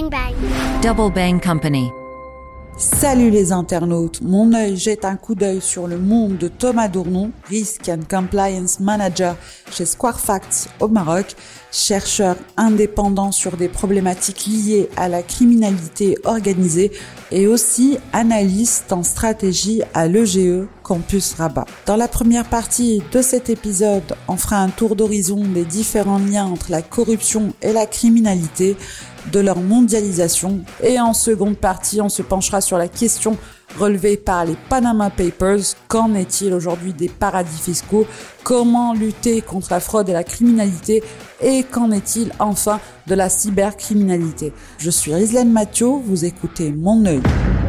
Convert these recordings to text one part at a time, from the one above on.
Bang Bang. Double Bang Company. Salut les internautes, mon œil jette un coup d'œil sur le monde de Thomas Dournon, Risk and Compliance Manager chez Squarefacts au Maroc, chercheur indépendant sur des problématiques liées à la criminalité organisée et aussi analyste en stratégie à l'EGE Campus Rabat. Dans la première partie de cet épisode, on fera un tour d'horizon des différents liens entre la corruption et la criminalité, de leur mondialisation, et en seconde partie, on se penchera sur la question relevée par les Panama Papers. Qu'en est-il aujourd'hui des paradis fiscaux? Comment lutter contre la fraude et la criminalité? Et qu'en est-il enfin de la cybercriminalité? Je suis Rizlaine Mathieu, vous écoutez Mon œil.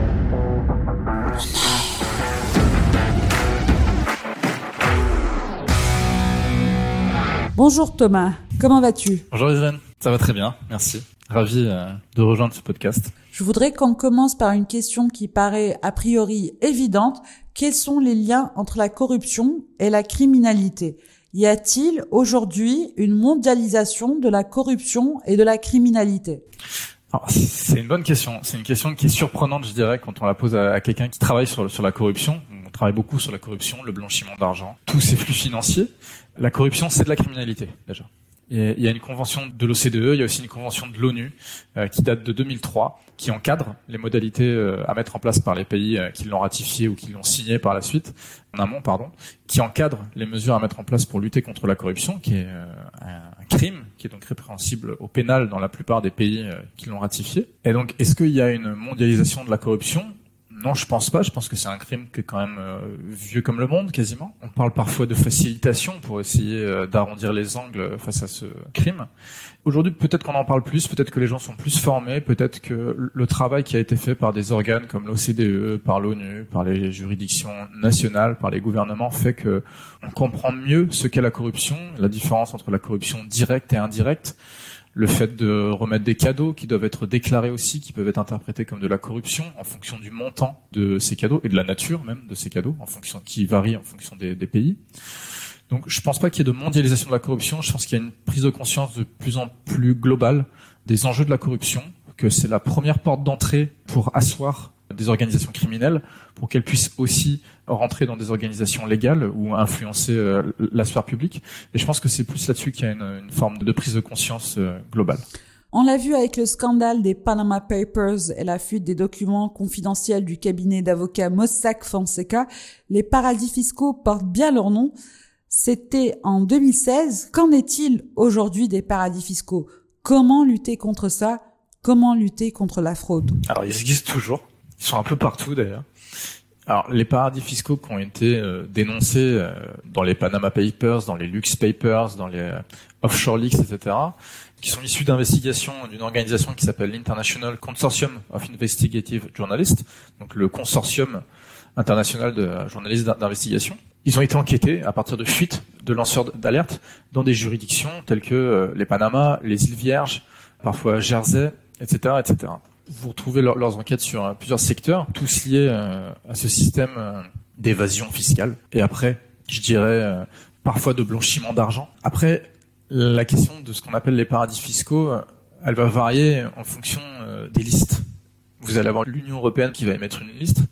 Bonjour Thomas, comment vas-tu? Bonjour Rizlaine, ça va très bien, merci. Ravi de rejoindre ce podcast. Je voudrais qu'on commence par une question qui paraît a priori évidente. Quels sont les liens entre la corruption et la criminalité? Y a-t-il aujourd'hui une mondialisation de la corruption et de la criminalité? Alors, c'est une bonne question. C'est une question qui est surprenante, je dirais, quand on la pose à quelqu'un qui travaille sur la corruption. On travaille beaucoup sur la corruption, le blanchiment d'argent, tous ces flux financiers. La corruption, c'est de la criminalité, déjà. Et il y a une convention de l'OCDE, il y a aussi une convention de l'ONU qui date de 2003, qui encadre les modalités à mettre en place par les pays qui l'ont ratifié ou qui l'ont signé par la suite, en amont, qui encadre les mesures à mettre en place pour lutter contre la corruption, qui est un crime, qui est donc répréhensible au pénal dans la plupart des pays qui l'ont ratifié. Et donc, est-ce qu'il y a une mondialisation de la corruption ? Non, je pense pas. Je pense que c'est un crime qui est quand même vieux comme le monde, quasiment. On parle parfois de facilitation pour essayer d'arrondir les angles face à ce crime. Aujourd'hui, peut-être qu'on en parle plus, peut-être que les gens sont plus formés, peut-être que le travail qui a été fait par des organes comme l'OCDE, par l'ONU, par les juridictions nationales, par les gouvernements, fait que on comprend mieux ce qu'est la corruption, la différence entre la corruption directe et indirecte. Le fait de remettre des cadeaux qui doivent être déclarés aussi, qui peuvent être interprétés comme de la corruption en fonction du montant de ces cadeaux et de la nature même de ces cadeaux, qui varie en fonction des pays. Donc je pense pas qu'il y ait de mondialisation de la corruption, je pense qu'il y a une prise de conscience de plus en plus globale des enjeux de la corruption, que c'est la première porte d'entrée pour asseoir des organisations criminelles, pour qu'elles puissent aussi rentrer dans des organisations légales ou influencer la sphère publique. Et je pense que c'est plus là-dessus qu'il y a une forme de prise de conscience globale. On l'a vu avec le scandale des Panama Papers et la fuite des documents confidentiels du cabinet d'avocats Mossack Fonseca. Les paradis fiscaux portent bien leur nom. C'était en 2016. Qu'en est-il aujourd'hui des paradis fiscaux? Comment lutter contre ça? Comment lutter contre la fraude? Alors, ils existent toujours. Ils sont un peu partout d'ailleurs. Alors, les paradis fiscaux qui ont été dénoncés dans les Panama Papers, dans les Lux Papers, dans les Offshore Leaks, etc., qui sont issus d'investigations d'une organisation qui s'appelle l'International Consortium of Investigative Journalists, donc le consortium international de journalistes d'investigation. Ils ont été enquêtés à partir de fuites de lanceurs d'alerte dans des juridictions telles que les Panama, les îles Vierges, parfois Jersey, etc., etc. Vous retrouvez leurs enquêtes sur plusieurs secteurs, tous liés à ce système d'évasion fiscale. Et après, je dirais, parfois de blanchiment d'argent. Après, la question de ce qu'on appelle les paradis fiscaux, elle va varier en fonction des listes. Vous allez avoir l'Union européenne qui va émettre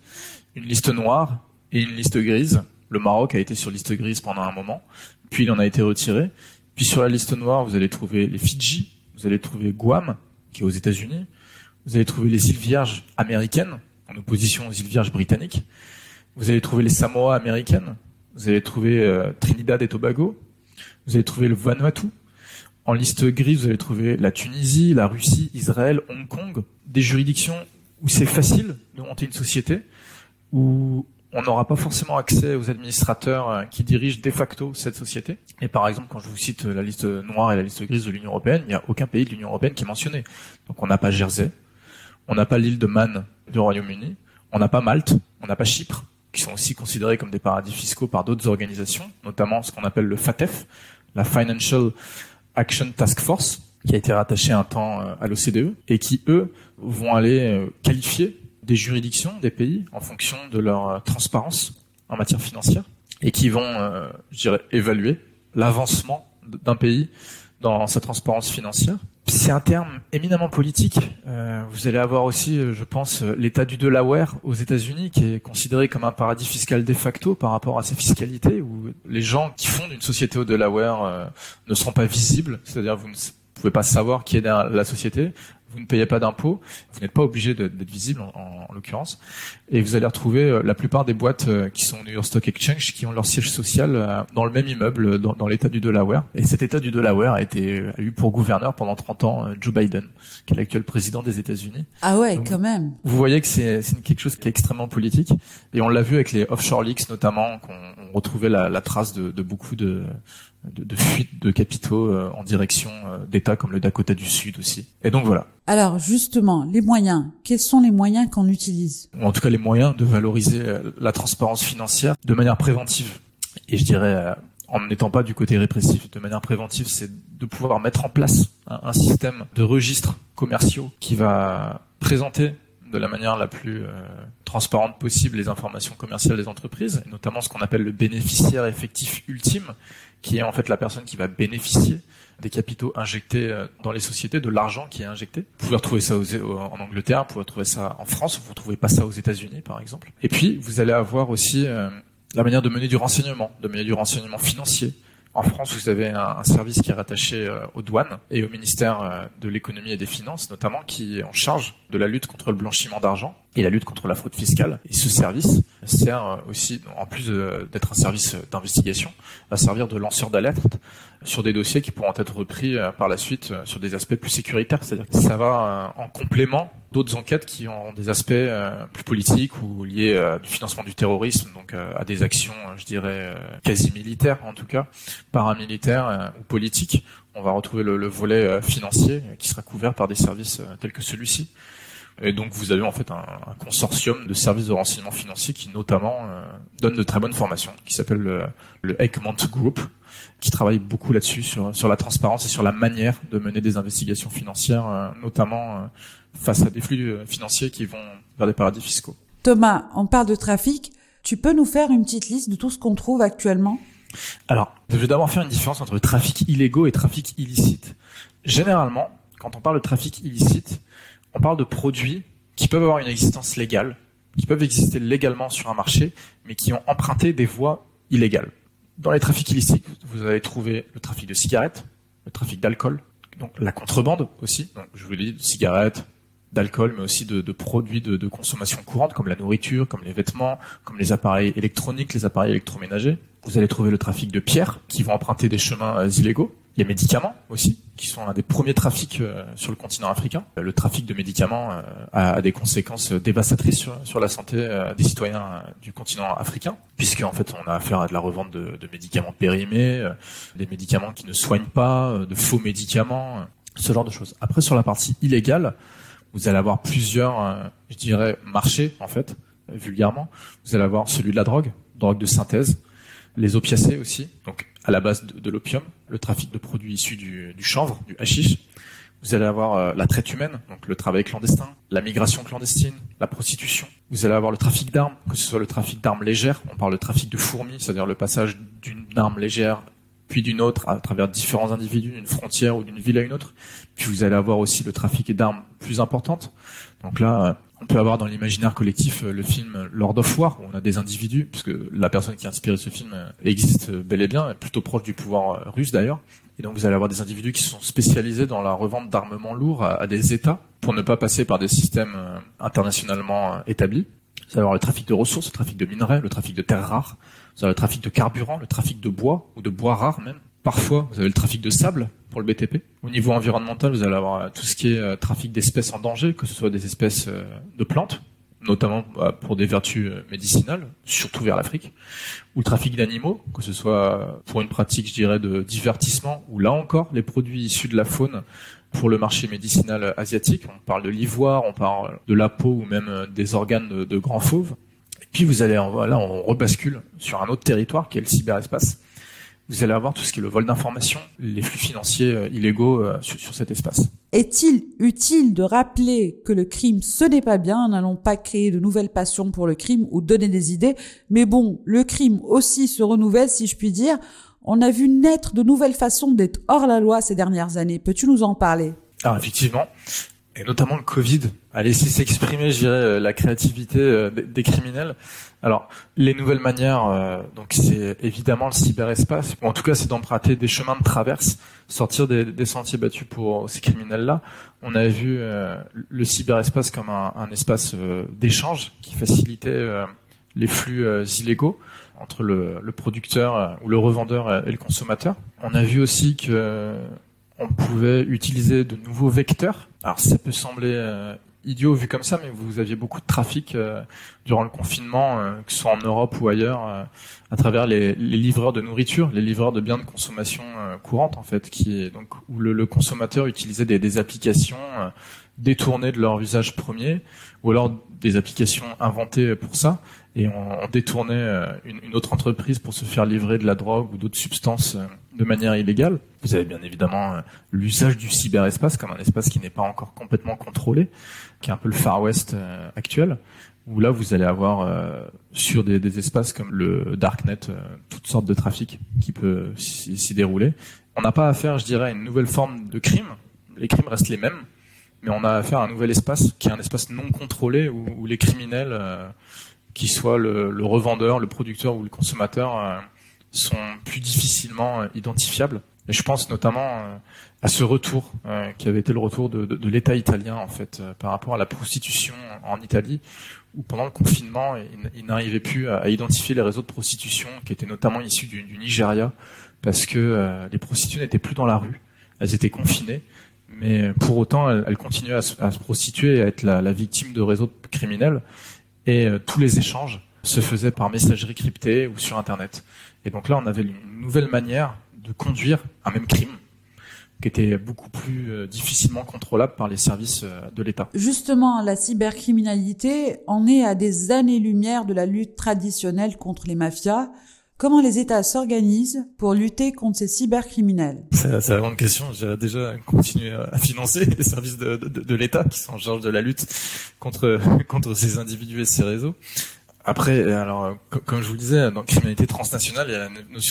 une liste noire et une liste grise. Le Maroc a été sur liste grise pendant un moment, puis il en a été retiré. Puis sur la liste noire, vous allez trouver les Fidji, vous allez trouver Guam, qui est aux États-Unis. Vous allez trouver les îles Vierges américaines, en opposition aux îles Vierges britanniques. Vous allez trouver les Samoa américaines. Vous allez trouver Trinidad et Tobago. Vous allez trouver le Vanuatu. En liste grise, vous allez trouver la Tunisie, la Russie, Israël, Hong Kong. Des juridictions où c'est facile de monter une société, où on n'aura pas forcément accès aux administrateurs qui dirigent de facto cette société. Et par exemple, quand je vous cite la liste noire et la liste grise de l'Union européenne, il n'y a aucun pays de l'Union européenne qui est mentionné. Donc on n'a pas Jersey, on n'a pas l'île de Man du Royaume-Uni, on n'a pas Malte, on n'a pas Chypre, qui sont aussi considérés comme des paradis fiscaux par d'autres organisations, notamment ce qu'on appelle le FATF, la Financial Action Task Force, qui a été rattachée un temps à l'OCDE, et qui, eux, vont aller qualifier des juridictions, des pays, en fonction de leur transparence en matière financière, et qui vont, je dirais, évaluer l'avancement d'un pays dans sa transparence financière. C'est un terme éminemment politique. Vous allez avoir aussi, je pense, l'État du Delaware aux États-Unis, qui est considéré comme un paradis fiscal de facto par rapport à sa fiscalité, où les gens qui fondent une société au Delaware ne seront pas visibles, c'est-à-dire vous ne pouvez pas savoir qui est derrière la société. Vous ne payez pas d'impôts, vous n'êtes pas obligé d'être visible en l'occurrence, et vous allez retrouver la plupart des boîtes qui sont au New York Stock Exchange qui ont leur siège social dans le même immeuble dans l'État du Delaware. Et cet État du Delaware a eu pour gouverneur pendant 30 ans Joe Biden, qui est l'actuel président des États-Unis. Ah ouais, donc, quand même. Vous voyez que c'est quelque chose qui est extrêmement politique, et on l'a vu avec les offshore leaks notamment, qu'on retrouvait la trace de beaucoup de fuite de capitaux en direction d'États comme le Dakota du Sud aussi. Et donc voilà. Alors justement, les moyens. Quels sont les moyens qu'on utilise? Ou en tout cas les moyens de valoriser la transparence financière de manière préventive. Et je dirais, en n'étant pas du côté répressif, de manière préventive, c'est de pouvoir mettre en place un système de registres commerciaux qui va présenter de la manière la plus transparente possible les informations commerciales des entreprises, et notamment ce qu'on appelle le bénéficiaire effectif ultime, qui est en fait la personne qui va bénéficier des capitaux injectés dans les sociétés, de l'argent qui est injecté. Vous pouvez retrouver ça en Angleterre, vous pouvez retrouver ça en France, vous ne retrouvez pas ça aux États-Unis par exemple. Et puis vous allez avoir aussi la manière de mener du renseignement financier. En France, vous avez un service qui est rattaché aux douanes et au ministère de l'économie et des finances, notamment, qui est en charge de la lutte contre le blanchiment d'argent et la lutte contre la fraude fiscale. Et ce service sert aussi, en plus d'être un service d'investigation, va servir de lanceur d'alerte sur des dossiers qui pourront être repris par la suite sur des aspects plus sécuritaires. C'est-à-dire que ça va en complément d'autres enquêtes qui ont des aspects plus politiques ou liés du financement du terrorisme, donc à des actions, je dirais, quasi militaires en tout cas, paramilitaires ou politiques. On va retrouver le volet financier qui sera couvert par des services tels que celui-ci. Et donc vous avez en fait un consortium de services de renseignement financier qui notamment donne de très bonnes formations, qui s'appelle le Egmont Group, qui travaille beaucoup là-dessus, sur la transparence et sur la manière de mener des investigations financières, notamment face à des flux financiers qui vont vers des paradis fiscaux. Thomas, on parle de trafic. Tu peux nous faire une petite liste de tout ce qu'on trouve actuellement? Alors, je vais d'abord faire une différence entre trafic illégaux et trafic illicite. Généralement, quand on parle de trafic illicite, on parle de produits qui peuvent avoir une existence légale, qui peuvent exister légalement sur un marché, mais qui ont emprunté des voies illégales. Dans les trafics illicites, vous allez trouver le trafic de cigarettes, le trafic d'alcool, donc la contrebande aussi, donc je vous l'ai dit, de cigarettes, d'alcool, mais aussi de produits de consommation courante, comme la nourriture, comme les vêtements, comme les appareils électroniques, les appareils électroménagers. Vous allez trouver le trafic de pierres, qui vont emprunter des chemins illégaux. Il y a médicaments aussi, qui sont un des premiers trafics sur le continent africain. Le trafic de médicaments a des conséquences dévastatrices sur la santé des citoyens du continent africain, puisque en fait on a affaire à de la revente de médicaments périmés, des médicaments qui ne soignent pas, de faux médicaments, ce genre de choses. Après, sur la partie illégale, vous allez avoir plusieurs, je dirais, marchés en fait, vulgairement. Vous allez avoir celui de la drogue de synthèse, les opiacés aussi, donc à la base de l'opium, le trafic de produits issus du chanvre, du hashish. Vous allez avoir la traite humaine, donc le travail clandestin, la migration clandestine, la prostitution. Vous allez avoir le trafic d'armes, que ce soit le trafic d'armes légères, on parle de trafic de fourmis, c'est-à-dire le passage d'une arme légère puis d'une autre à travers différents individus, d'une frontière ou d'une ville à une autre. Puis vous allez avoir aussi le trafic d'armes plus importantes. Donc là, on peut avoir dans l'imaginaire collectif le film Lord of War, où on a des individus, puisque la personne qui a inspiré ce film existe bel et bien, plutôt proche du pouvoir russe d'ailleurs. Et donc vous allez avoir des individus qui sont spécialisés dans la revente d'armements lourds à des États, pour ne pas passer par des systèmes internationalement établis. Vous allez avoir le trafic de ressources, le trafic de minerais, le trafic de terres rares. Vous avez le trafic de carburant, le trafic de bois, ou de bois rares même. Parfois, vous avez le trafic de sable pour le BTP. Au niveau environnemental, vous allez avoir tout ce qui est trafic d'espèces en danger, que ce soit des espèces de plantes, notamment pour des vertus médicinales, surtout vers l'Afrique, ou le trafic d'animaux, que ce soit pour une pratique, je dirais, de divertissement, ou là encore, les produits issus de la faune pour le marché médicinal asiatique. On parle de l'ivoire, on parle de la peau ou même des organes de grands fauves. Et puis vous allez, là, on rebascule sur un autre territoire qui est le cyberespace. Vous allez avoir tout ce qui est le vol d'informations, les flux financiers illégaux sur cet espace. Est-il utile de rappeler que le crime, ce n'est pas bien, n'allons pas créer de nouvelles passions pour le crime ou donner des idées, mais bon, le crime aussi se renouvelle, si je puis dire. On a vu naître de nouvelles façons d'être hors la loi ces dernières années. Peux-tu nous en parler ? Alors effectivement, et notamment le Covid a laissé s'exprimer, je dirais, la créativité des criminels. Alors, les nouvelles manières, donc c'est évidemment le cyberespace. En tout cas, c'est d'emprunter des chemins de traverse, sortir des sentiers battus pour ces criminels-là. On a vu le cyberespace comme un espace d'échange qui facilitait les flux illégaux entre le producteur ou le revendeur et le consommateur. On a vu aussi que on pouvait utiliser de nouveaux vecteurs. Alors ça peut sembler idiot vu comme ça, mais vous aviez beaucoup de trafic durant le confinement, que ce soit en Europe ou ailleurs, à travers les livreurs de nourriture, les livreurs de biens de consommation courante en fait, où le consommateur utilisait des applications détournées de leur usage premier, ou alors des applications inventées pour ça, et on détournait une autre entreprise pour se faire livrer de la drogue ou d'autres substances de manière illégale. Vous avez bien évidemment l'usage du cyberespace comme un espace qui n'est pas encore complètement contrôlé, qui est un peu le Far West actuel, où là vous allez avoir sur des espaces comme le Darknet toutes sortes de trafic qui peut s'y dérouler. On n'a pas affaire, je dirais, à une nouvelle forme de crime. Les crimes restent les mêmes, mais on a affaire à un nouvel espace qui est un espace non contrôlé où les criminels, qui soient le revendeur, le producteur ou le consommateur, sont plus difficilement identifiables. Et je pense notamment à ce retour qui avait été le retour de l'État italien en fait par rapport à la prostitution en Italie, où pendant le confinement, il n'arrivait plus à identifier les réseaux de prostitution qui étaient notamment issus du Nigeria, parce que les prostituées n'étaient plus dans la rue, elles étaient confinées, mais pour autant elles continuaient à se prostituer et à être la victime de réseaux criminels, et tous les échanges se faisaient par messagerie cryptée ou sur Internet. Et donc là, on avait une nouvelle manière de conduire un même crime qui était beaucoup plus difficilement contrôlable par les services de l'État. Justement, la cybercriminalité en est à des années-lumière de la lutte traditionnelle contre les mafias. Comment les États s'organisent pour lutter contre ces cybercriminels? C'est la grande question. J'ai déjà continué à financer les services de l'État qui sont en charge de la lutte contre ces individus et ces réseaux. Après, alors, comme je vous le disais, dans la criminalité transnationale, il y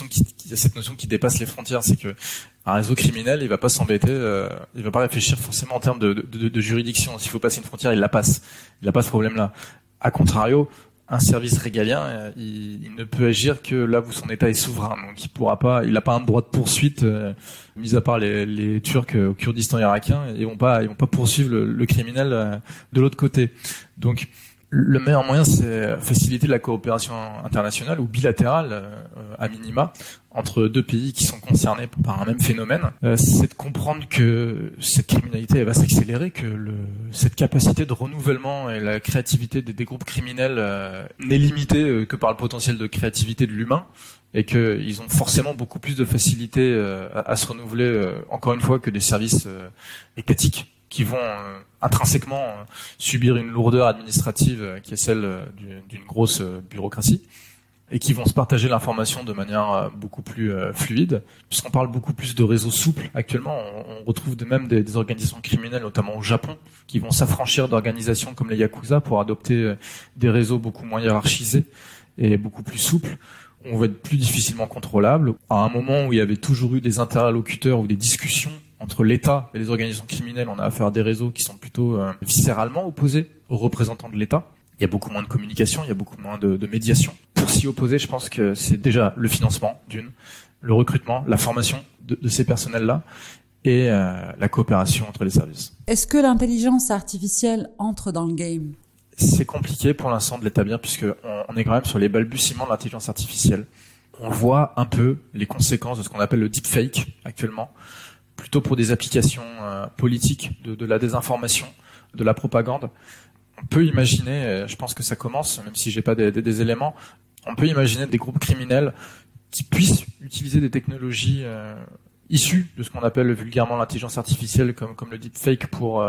a cette notion qui dépasse les frontières. C'est que un réseau criminel, il va pas s'embêter, il va pas réfléchir forcément en termes de juridiction. S'il faut passer une frontière, il la passe. Il n'a pas ce problème-là. A contrario, un service régalien, il ne peut agir que là où son État est souverain. Donc il n'a pas un droit de poursuite, mis à part les Turcs au Kurdistan irakien, ils vont pas poursuivre le criminel de l'autre côté. Donc le meilleur moyen, c'est faciliter la coopération internationale ou bilatérale, à minima, entre deux pays qui sont concernés par un même phénomène. C'est de comprendre que cette criminalité, elle va s'accélérer, que cette capacité de renouvellement et la créativité des groupes criminels n'est limitée que par le potentiel de créativité de l'humain, et qu'ils ont forcément beaucoup plus de facilité à se renouveler, encore une fois, que des services étatiques, qui vont intrinsèquement subir une lourdeur administrative qui est celle d'une grosse bureaucratie, et qui vont se partager l'information de manière beaucoup plus fluide, puisqu'on parle beaucoup plus de réseaux souples actuellement. On retrouve de même des organisations criminelles, notamment au Japon, qui vont s'affranchir d'organisations comme les Yakuza pour adopter des réseaux beaucoup moins hiérarchisés et beaucoup plus souples. On va être plus difficilement contrôlable. À un moment où il y avait toujours eu des interlocuteurs ou des discussions entre l'État et les organisations criminelles, on a affaire à des réseaux qui sont plutôt viscéralement opposés aux représentants de l'État. Il y a beaucoup moins de communication, il y a beaucoup moins de médiation. Pour s'y opposer, je pense que c'est déjà le financement le recrutement, la formation de ces personnels-là, et la coopération entre les services. Est-ce que l'intelligence artificielle entre dans le game? C'est compliqué pour l'instant de l'établir, puisque on est quand même sur les balbutiements de l'intelligence artificielle. On voit un peu les conséquences de ce qu'on appelle le deepfake actuellement, plutôt pour des applications politiques, de la désinformation, de la propagande. On peut imaginer, je pense que ça commence, même si j'ai pas des éléments, on peut imaginer des groupes criminels qui puissent utiliser des technologies issues de ce qu'on appelle vulgairement l'intelligence artificielle, comme le deepfake, pour,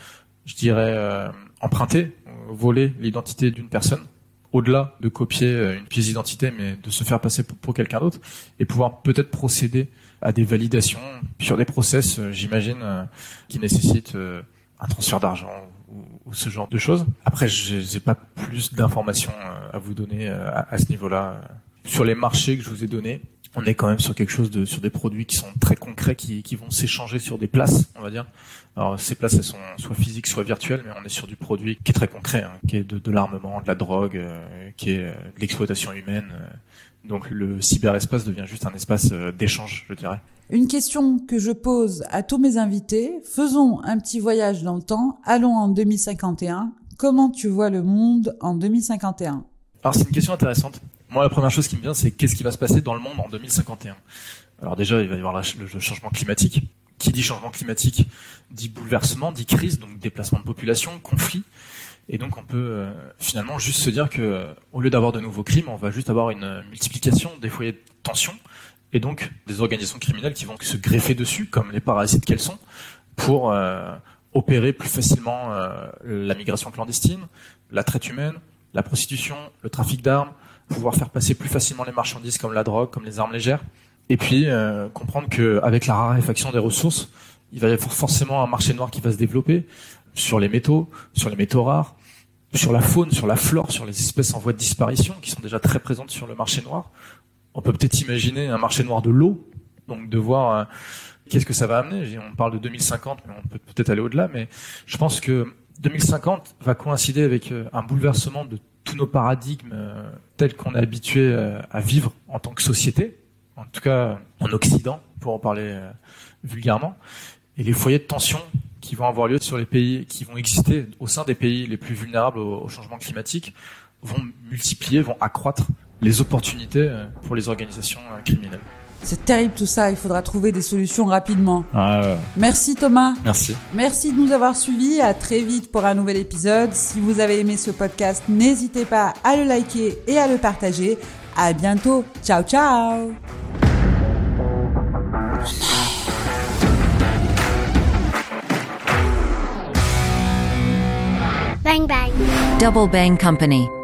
je dirais, emprunter, voler l'identité d'une personne, au-delà de copier une pièce d'identité, mais de se faire passer pour quelqu'un d'autre, et pouvoir peut-être procéder à des validations sur des process, j'imagine, qui nécessitent un transfert d'argent ou ce genre de choses. Après, j'ai pas plus d'informations à vous donner à ce niveau-là. Sur les marchés que je vous ai donnés, on est quand même sur quelque chose sur des produits qui sont très concrets, qui vont s'échanger sur des places, on va dire. Alors ces places, elles sont soit physiques, soit virtuelles, mais on est sur du produit qui est très concret, qui est de l'armement, de la drogue, qui est de l'exploitation humaine. Donc le cyberespace devient juste un espace d'échange, je dirais. Une question que je pose à tous mes invités. Faisons un petit voyage dans le temps. Allons en 2051. Comment tu vois le monde en 2051? Alors c'est une question intéressante. Moi, la première chose qui me vient, c'est qu'est-ce qui va se passer dans le monde en 2051. Alors déjà, il va y avoir le changement climatique. Qui dit changement climatique dit bouleversement, dit crise, donc déplacement de population, conflit. Et donc on peut finalement juste se dire que au lieu d'avoir de nouveaux crimes, on va juste avoir une multiplication des foyers de tension et donc des organisations criminelles qui vont se greffer dessus, comme les parasites qu'elles sont, pour opérer plus facilement la migration clandestine, la traite humaine, la prostitution, le trafic d'armes, pouvoir faire passer plus facilement les marchandises comme la drogue, comme les armes légères, et puis comprendre qu'avec la raréfaction des ressources, il va y avoir forcément un marché noir qui va se développer sur les métaux rares, sur la faune, sur la flore, sur les espèces en voie de disparition qui sont déjà très présentes sur le marché noir. On peut peut-être imaginer un marché noir de l'eau, donc de voir qu'est-ce que ça va amener. On parle de 2050, mais on peut peut-être aller au-delà, mais je pense que 2050 va coïncider avec un bouleversement de tous nos paradigmes tels qu'on est habitué à vivre en tant que société, en tout cas en Occident, pour en parler vulgairement, et les foyers de tension qui vont avoir lieu sur les pays, qui vont exister au sein des pays les plus vulnérables au changement climatique, vont multiplier, vont accroître les opportunités pour les organisations criminelles. C'est terrible tout ça, il faudra trouver des solutions rapidement. Ah, Merci Thomas. Merci. Merci de nous avoir suivis, à très vite pour un nouvel épisode. Si vous avez aimé ce podcast, n'hésitez pas à le liker et à le partager. À bientôt, ciao ciao. Double Bang Company.